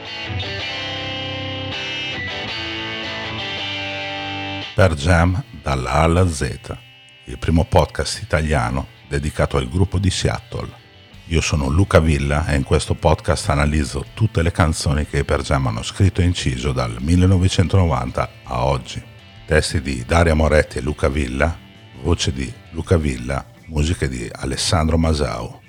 Pearl Jam dalla A alla Z, il primo podcast italiano dedicato al gruppo di Seattle. Io sono Luca Villa e in questo podcast analizzo tutte le canzoni che i Pearl Jam hanno scritto e inciso dal 1990 a oggi. Testi di Daria Moretti e Luca Villa, voce di Luca Villa, musiche di Alessandro Masao.